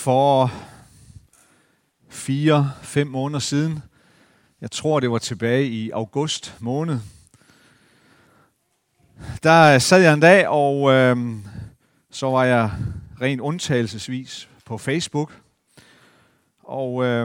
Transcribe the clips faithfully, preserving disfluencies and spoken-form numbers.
For fire, fem måneder siden, jeg tror det var tilbage i august måned, der sad jeg en dag, og øh, så var jeg rent undtagelsesvis på Facebook. Og øh,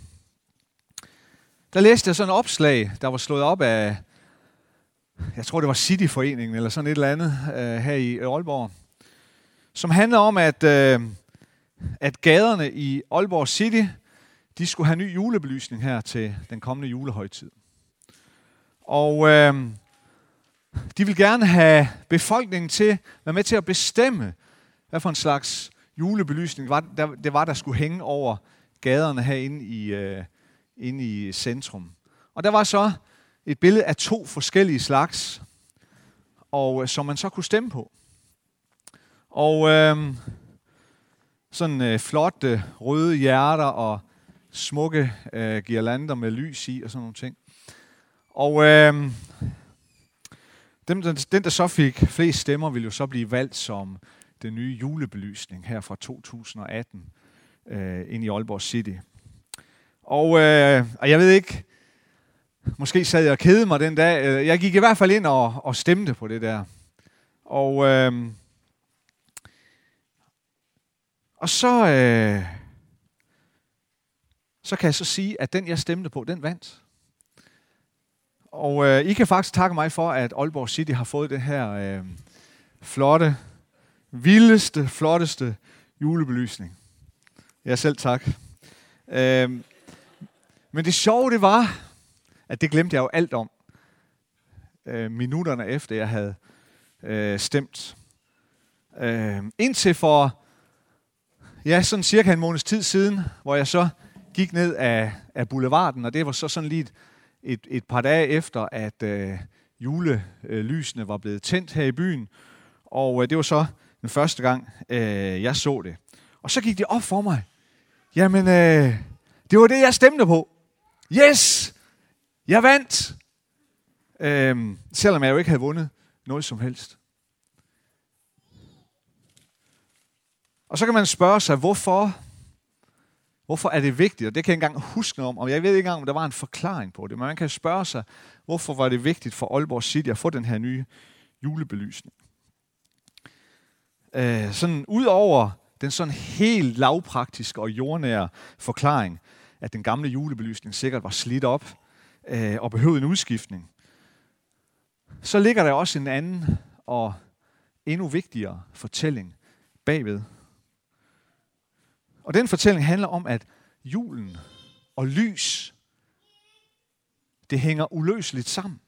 der læste jeg sådan et opslag, der var slået op af, jeg tror det var Cityforeningen eller sådan et eller andet øh, her i Aalborg, som handler om, at, øh, at gaderne i Aalborg City, de skulle have ny julebelysning her til den kommende julehøjtid. Og øh, de vil gerne have befolkningen til at være med til at bestemme, hvad for en slags julebelysning var, der, det var, der skulle hænge over gaderne herinde i, øh, inde i centrum. Og der var så et billede af to forskellige slags, og øh, som man så kunne stemme på. Og øh, sådan øh, flotte røde hjerter og smukke øh, girlander med lys i og sådan nogle ting. Og øh, den, den, der så fik flest stemmer, ville jo så blive valgt som den nye julebelysning her fra to tusind og atten øh, ind i Aalborg City. Og, øh, og jeg ved ikke, måske sad jeg og kedede mig den dag. Jeg gik i hvert fald ind og, og stemte på det der. Og, øh, og så, øh, så kan jeg så sige, at den jeg stemte på, den vandt. Og øh, I kan faktisk takke mig for, at Aalborg City har fået det her øh, flotte, vildeste, flotteste julebelysning. Ja, selv tak. Øh, men det sjove, det var, at det glemte jeg jo alt om, øh, minutterne efter jeg havde øh, stemt. Øh, indtil for, ja, sådan cirka en måneds tid siden, hvor jeg så gik ned af, af boulevarden, og det var så sådan lige et, et, et par dage efter, at øh, julelysene var blevet tændt her i byen, og øh, det var så den første gang, øh, jeg så det. Og så gik det op for mig, jamen, øh, det var det, jeg stemte på. Yes! Jeg vandt! Øh, selvom jeg jo ikke havde vundet noget som helst. Og så kan man spørge sig, hvorfor, hvorfor er det vigtigt? Og det kan jeg ikke engang huske noget om, og jeg ved ikke engang, om der var en forklaring på det. Men man kan spørge sig, hvorfor var det vigtigt for Aalborg City at få den her nye julebelysning? Øh, sådan ud over den sådan helt lavpraktiske og jordnære forklaring, at den gamle julebelysning sikkert var slidt op øh, og behøvede en udskiftning, så ligger der også en anden og endnu vigtigere fortælling bagved. Og den fortælling handler om, at julen og lys, det hænger uløseligt sammen.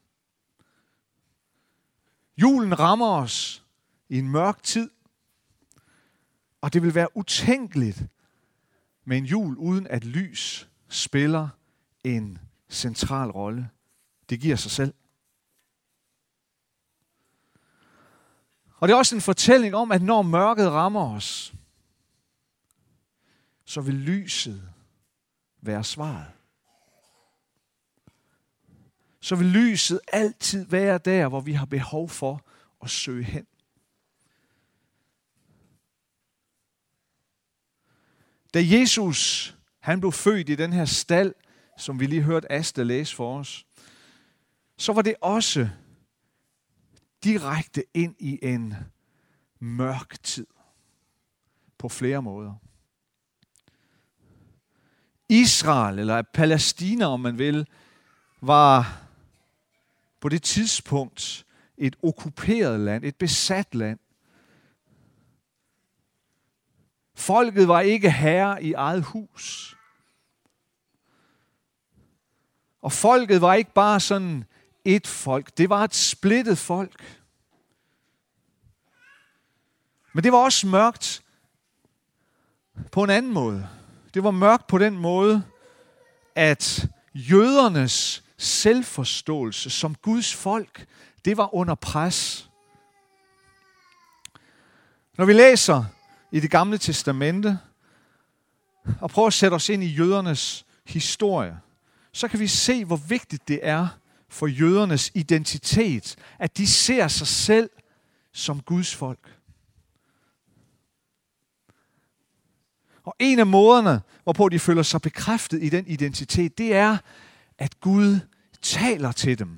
Julen rammer os i en mørk tid, og det vil være utænkeligt med en jul, uden at lys spiller en central rolle. Det giver sig selv. Og det er også en fortælling om, at når mørket rammer os, så vil lyset være svaret. Så vil lyset altid være der, hvor vi har behov for at søge hen. Da Jesus, han blev født i den her stald, som vi lige hørte Asta læse for os, så var det også direkte ind i en mørk tid. På flere måder. Israel, eller Palæstina, om man vil, var på det tidspunkt et okkuperet land, et besat land. Folket var ikke herre i eget hus. Og folket var ikke bare sådan et folk, det var et splittet folk. Men det var også mørkt på en anden måde. Det var mørkt på den måde, at jødernes selvforståelse som Guds folk, det var under pres. Når vi læser i Det Gamle Testamente og prøver at sætte os ind i jødernes historie, så kan vi se, hvor vigtigt det er for jødernes identitet, at de ser sig selv som Guds folk. Og en af måderne, hvorpå de føler sig bekræftet i den identitet, det er, at Gud taler til dem.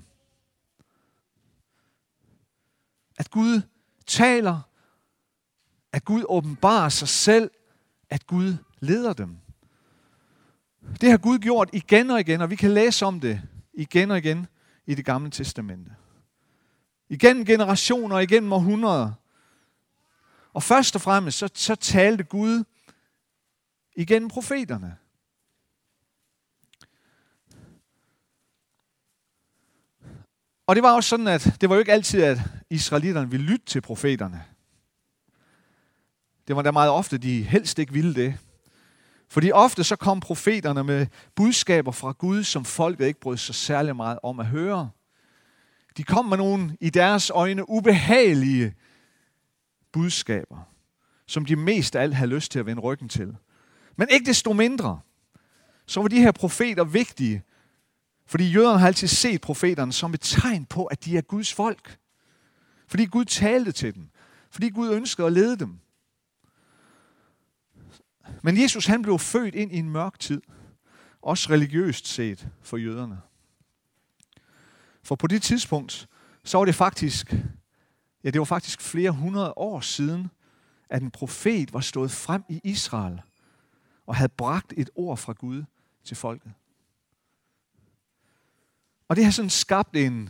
At Gud taler, at Gud åbenbarer sig selv, at Gud leder dem. Det har Gud gjort igen og igen, og vi kan læse om det igen og igen i Det Gamle Testamente. Igennem generationer og igennem århundreder. Og først og fremmest så, så talte Gud igennem profeterne. Og det var også sådan, at det var jo ikke altid, at israelitterne ville lytte til profeterne. Det var da meget ofte, de helst ikke ville det. Fordi ofte så kom profeterne med budskaber fra Gud, som folket ikke brød sig særlig meget om at høre. De kom med nogle i deres øjne ubehagelige budskaber, som de mest af alt havde lyst til at vende ryggen til. Men ikke desto mindre, så var de her profeter vigtige, fordi jøderne har altid set profeterne som et tegn på, at de er Guds folk. Fordi Gud talte til dem. Fordi Gud ønskede at lede dem. Men Jesus han blev født ind i en mørk tid. Også religiøst set for jøderne. For på det tidspunkt, så var det faktisk, ja det var faktisk flere hundrede år siden, at en profet var stået frem i Israel og havde bragt et ord fra Gud til folket. Og det har sådan skabt en,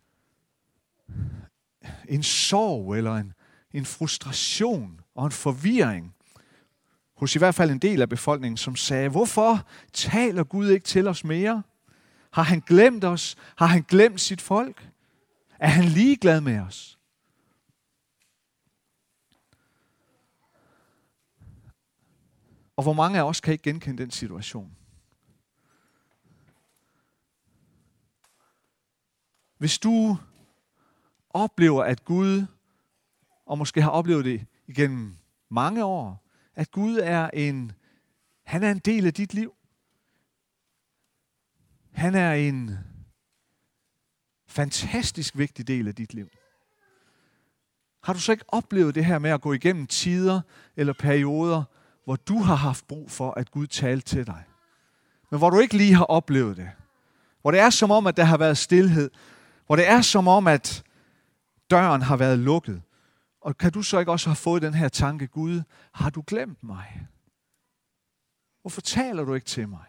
en sorg eller en, en frustration og en forvirring hos i hvert fald en del af befolkningen, som sagde, hvorfor taler Gud ikke til os mere? Har han glemt os? Har han glemt sit folk? Er han ligeglad med os? Og hvor mange af os kan ikke genkende den situation? Hvis du oplever, at Gud, og måske har oplevet det igennem mange år, at Gud er en, han er en del af dit liv. Han er en fantastisk vigtig del af dit liv. Har du så ikke oplevet det her med at gå igennem tider eller perioder, hvor du har haft brug for, at Gud talte til dig? Men hvor du ikke lige har oplevet det. Hvor det er som om, at der har været stilhed. Hvor det er som om, at døren har været lukket. Og kan du så ikke også have fået den her tanke, Gud, har du glemt mig? Hvorfor taler du ikke til mig?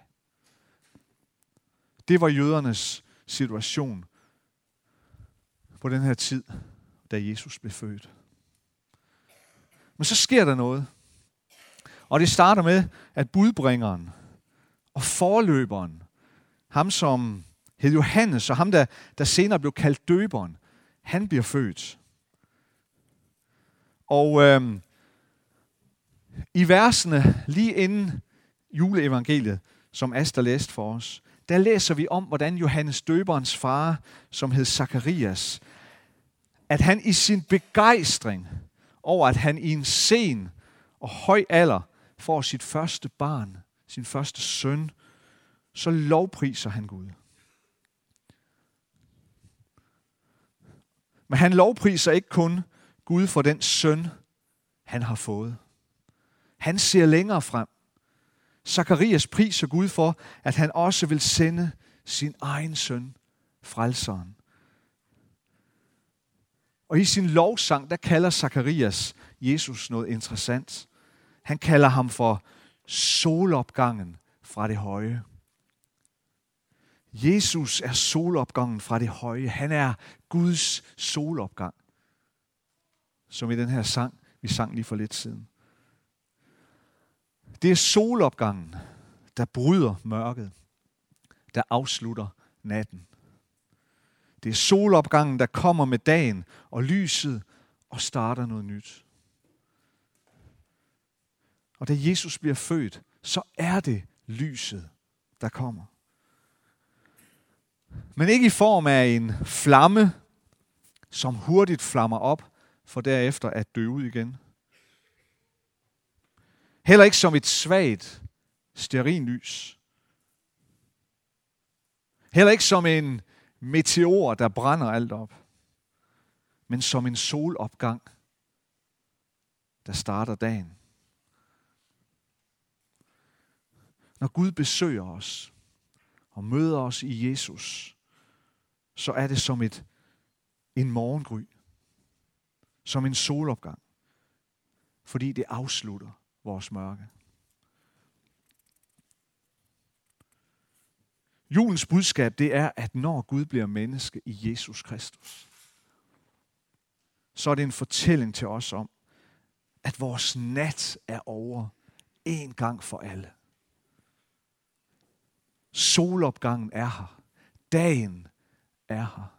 Det var jødernes situation på den her tid, da Jesus blev født. Men så sker der noget. Og det starter med, at budbringeren og forløberen, ham som hed Johannes, og ham der, der senere blev kaldt døberen, han bliver født. Og øhm, i versene lige inden juleevangeliet, som Asta læste for os, der læser vi om, hvordan Johannes døberens far, som hed Zakarias, at han i sin begejstring over, at han i en sen og høj alder får sit første barn, sin første søn, så lovpriser han Gud. Men han lovpriser ikke kun Gud for den søn, han har fået. Han ser længere frem. Zakarias priser Gud for, at han også vil sende sin egen søn, frelseren. Og i sin lovsang, der kalder Zakarias Jesus noget interessant. Han kalder ham for solopgangen fra det høje. Jesus er solopgangen fra det høje. Han er Guds solopgang. Som i den her sang, vi sang lige for lidt siden. Det er solopgangen, der bryder mørket, der afslutter natten. Det er solopgangen, der kommer med dagen og lyset og starter noget nyt. Og da Jesus bliver født, så er det lyset, der kommer. Men ikke i form af en flamme, som hurtigt flammer op, for derefter at dø ud igen. Heller ikke som et svagt stearinlys. Heller ikke som en meteor, der brænder alt op. Men som en solopgang, der starter dagen. Når Gud besøger os og møder os i Jesus, så er det som et, en morgengry, som en solopgang, fordi det afslutter vores mørke. Julens budskab, det er, at når Gud bliver menneske i Jesus Kristus, så er det en fortælling til os om, at vores nat er over en gang for alle. Solopgangen er her. Dagen er her.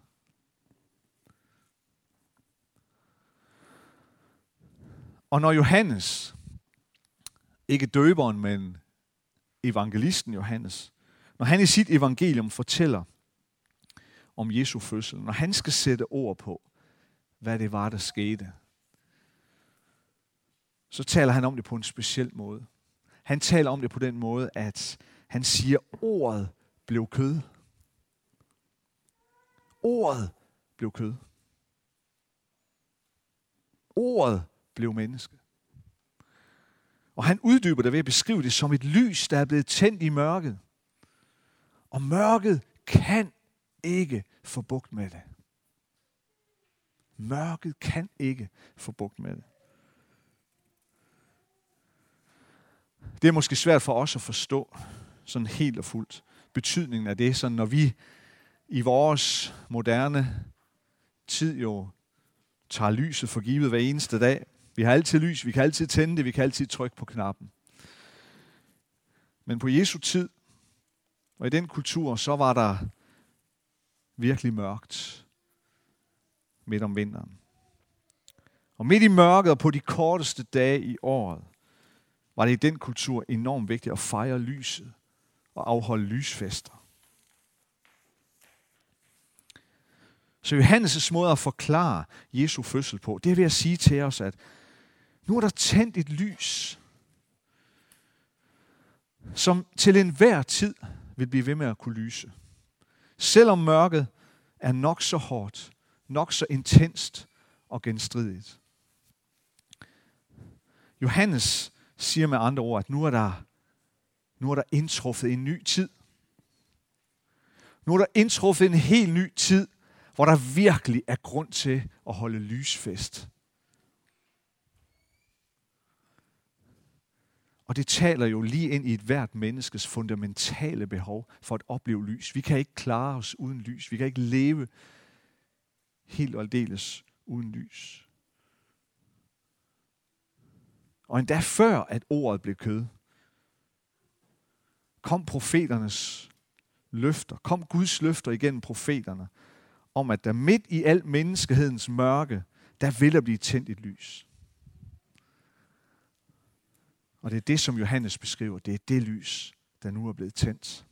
Og når Johannes, ikke døberen, men evangelisten Johannes, når han i sit evangelium fortæller om Jesu fødsel, når han skal sætte ord på, hvad det var, der skete, så taler han om det på en speciel måde. Han taler om det på den måde, at han siger, ordet blev kød. Ordet blev kød. Ordet blev menneske. Og han uddyber det ved at beskrive det som et lys, der er blevet tændt i mørket. Og mørket kan ikke få bugt med det. Mørket kan ikke få bugt med det. Det er måske svært for os at forstå sådan helt og fuldt betydningen af det, sådan når vi i vores moderne tid jo tager lyset for givet hver eneste dag. Vi har altid lys, vi kan altid tænde det, vi kan altid trykke på knappen. Men på Jesu tid, og i den kultur, så var der virkelig mørkt midt om vinteren. Og midt i mørket og på de korteste dage i året, var det i den kultur enormt vigtigt at fejre lyset og afholde lysfester. Så Johannes' måde at forklare Jesu fødsel på, det er ved at sige til os, at nu er der tændt et lys, som til enhver tid vil blive ved med at kunne lyse. Selvom mørket er nok så hårdt, nok så intenst og genstridigt. Johannes siger med andre ord, at nu er der, nu er der indtruffet en ny tid. Nu er der indtruffet en helt ny tid, hvor der virkelig er grund til at holde lysfest. Og det taler jo lige ind i et hvert menneskes fundamentale behov for at opleve lys. Vi kan ikke klare os uden lys. Vi kan ikke leve helt og aldeles uden lys. Og endda før, at ordet blev kød, kom profeternes løfter, kom Guds løfter igennem profeterne, om at der midt i al menneskehedens mørke, der vil der blive tændt et lys. Og det er det, som Johannes beskriver. Det er det lys, der nu er blevet tændt.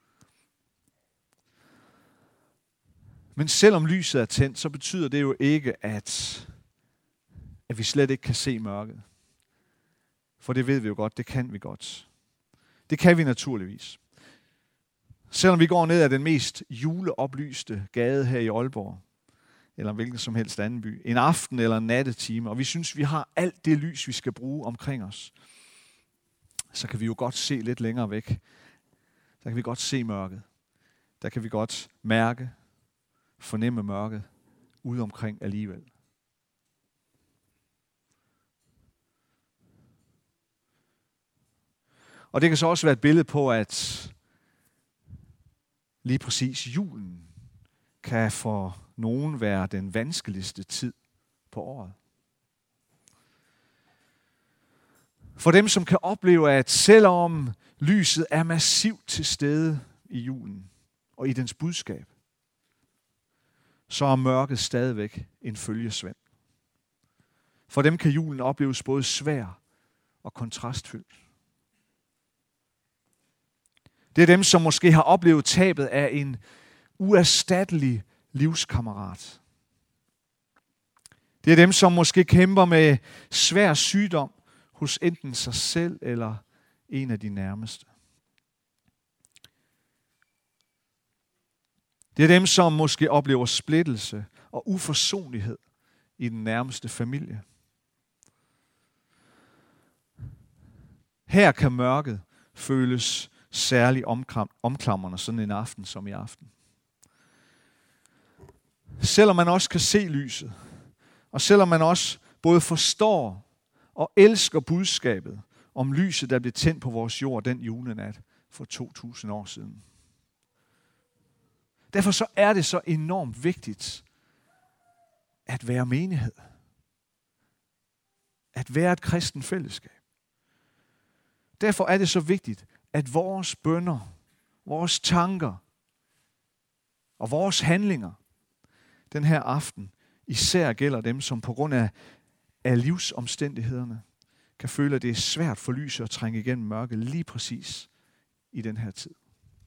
Men selvom lyset er tændt, så betyder det jo ikke, at, at vi slet ikke kan se mørket. For det ved vi jo godt, det kan vi godt. Det kan vi naturligvis. Selvom vi går ned ad den mest juleoplyste gade her i Aalborg, eller hvilken som helst anden by, en aften eller en nattetime, og vi synes, vi har alt det lys, vi skal bruge omkring os, så kan vi jo godt se lidt længere væk. Der kan vi godt se mørket. Der kan vi godt mærke, fornemme mørket ude omkring alligevel. Og det kan så også være et billede på, at lige præcis julen kan for nogen være den vanskeligste tid på året. For dem, som kan opleve, at selvom lyset er massivt til stede i julen og i dens budskab, så er mørket stadigvæk en følgesvend. For dem kan julen opleves både svær og kontrastfyldt. Det er dem, som måske har oplevet tabet af en uerstattelig livskammerat. Det er dem, som måske kæmper med svær sygdom hos enten sig selv eller en af de nærmeste. Det er dem, som måske oplever splittelse og uforsonlighed i den nærmeste familie. Her kan mørket føles særlig omklam- omklamrende sådan en aften som i aften. Selvom man også kan se lyset, og selvom man også både forstår og elsker budskabet om lyset, der blev tændt på vores jord den julenat for to tusind år siden. Derfor så er det så enormt vigtigt at være menighed. At være et kristen fællesskab. Derfor er det så vigtigt, at vores bønner, vores tanker og vores handlinger den her aften især gælder dem, som på grund af, af livsomstændighederne kan føle, at det er svært for lyset at trænge igennem mørket lige præcis i den her tid.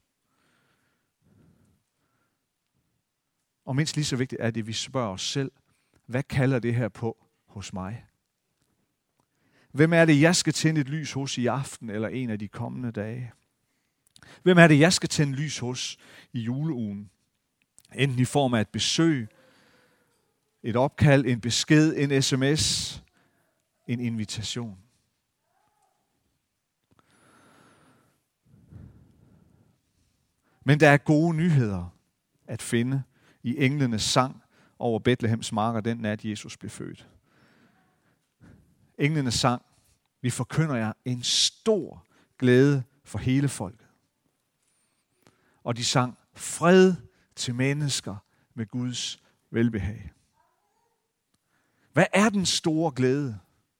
Og mindst lige så vigtigt er det, at vi spørger os selv, hvad kalder det her på hos mig? Hvem er det, jeg skal tænde et lys hos i aften eller en af de kommende dage? Hvem er det, jeg skal tænde lys hos i juleugen? Enten i form af et besøg, et opkald, en besked, en sms, en invitation. Men der er gode nyheder at finde i englenes sang over Betlehems marker den nat, Jesus blev født. Englenes sang, vi forkynder jer en stor glæde for hele folket. Og de sang fred til mennesker med Guds velbehag. Hvad er den store glæde?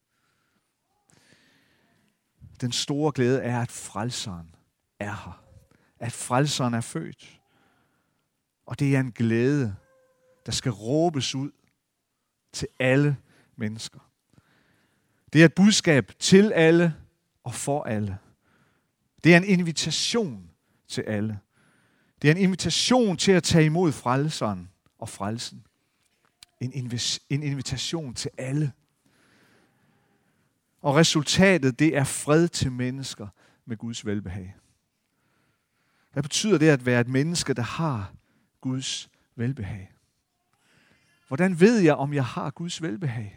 Den store glæde er, at frelseren er her. At frelseren er født. Og det er en glæde, der skal råbes ud til alle mennesker. Det er et budskab til alle og for alle. Det er en invitation til alle. Det er en invitation til at tage imod frelseren og frelsen. En, inv- en invitation til alle. Og resultatet, det er fred til mennesker med Guds velbehag. Hvad betyder det at være et menneske, der har Guds velbehag? Hvordan ved jeg, om jeg har Guds velbehag?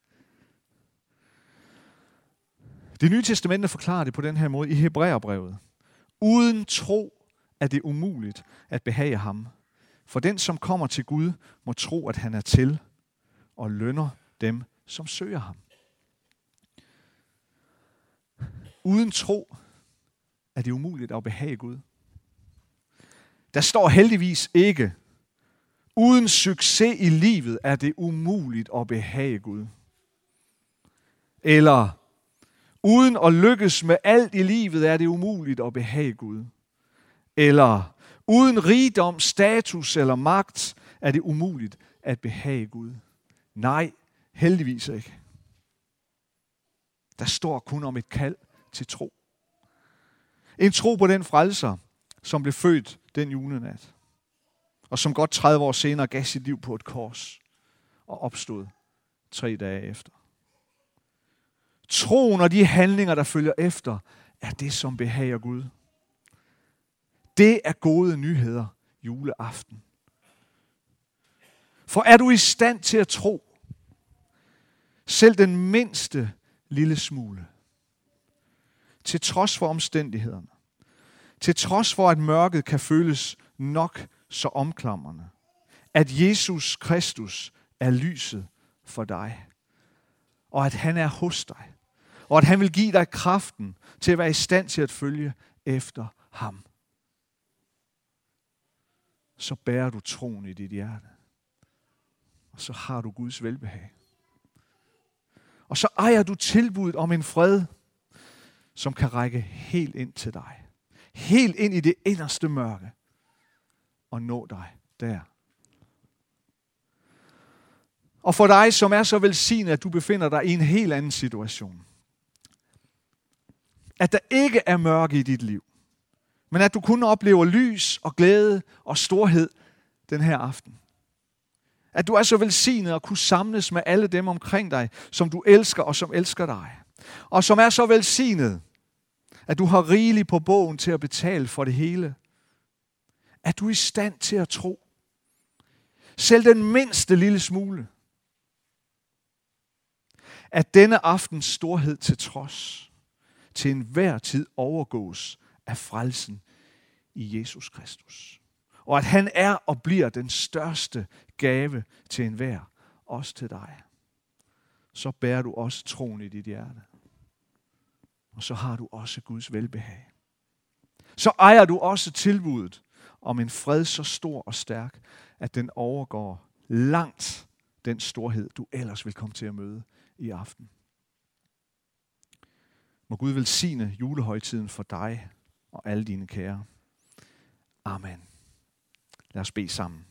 Det Nye Testamente forklarer det på den her måde i Hebræerbrevet. Uden tro er det umuligt at behage ham. For den, som kommer til Gud, må tro, at han er til, og lønner dem, som søger ham. Uden tro er det umuligt at behage Gud. Der står heldigvis ikke, uden succes i livet er det umuligt at behage Gud. Eller, uden at lykkes med alt i livet er det umuligt at behage Gud. Eller, uden rigdom, status eller magt er det umuligt at behage Gud. Nej, heldigvis ikke. Der står kun om et kald til tro. En tro på den frelser, som blev født den julenat, og som godt tredive år senere gav sit liv på et kors og opstod tre dage efter. Troen og de handlinger, der følger efter, er det, som behager Gud. Det er gode nyheder juleaften. For er du i stand til at tro, selv den mindste lille smule, til trods for omstændighederne, til trods for at mørket kan føles nok så omklamrende, at Jesus Kristus er lyset for dig, og at han er hos dig, og at han vil give dig kraften til at være i stand til at følge efter ham. Så bærer du troen i dit hjerte, og så har du Guds velbehag. Og så ejer du tilbuddet om en fred, som kan række helt ind til dig. Helt ind i det inderste mørke. Og nå dig der. Og for dig, som er så velsignet, at du befinder dig i en helt anden situation. At der ikke er mørke i dit liv. Men at du kun oplever lys og glæde og storhed den her aften. At du er så velsignet at kunne samles med alle dem omkring dig, som du elsker og som elsker dig. Og som er så velsignet, at du har rigeligt på bogen til at betale for det hele. Er du i stand til at tro? Selv den mindste lille smule. At denne aftens storhed til trods, til enhver tid overgås af frelsen i Jesus Kristus. Og at han er og bliver den største gave til enhver, også til dig. Så bærer du også troen i dit hjerte. Og så har du også Guds velbehag. Så ejer du også tilbuddet om en fred så stor og stærk, at den overgår langt den storhed, du ellers vil komme til at møde i aften. Må Gud velsigne julehøjtiden for dig og alle dine kære. Amen. Lad os bede sammen.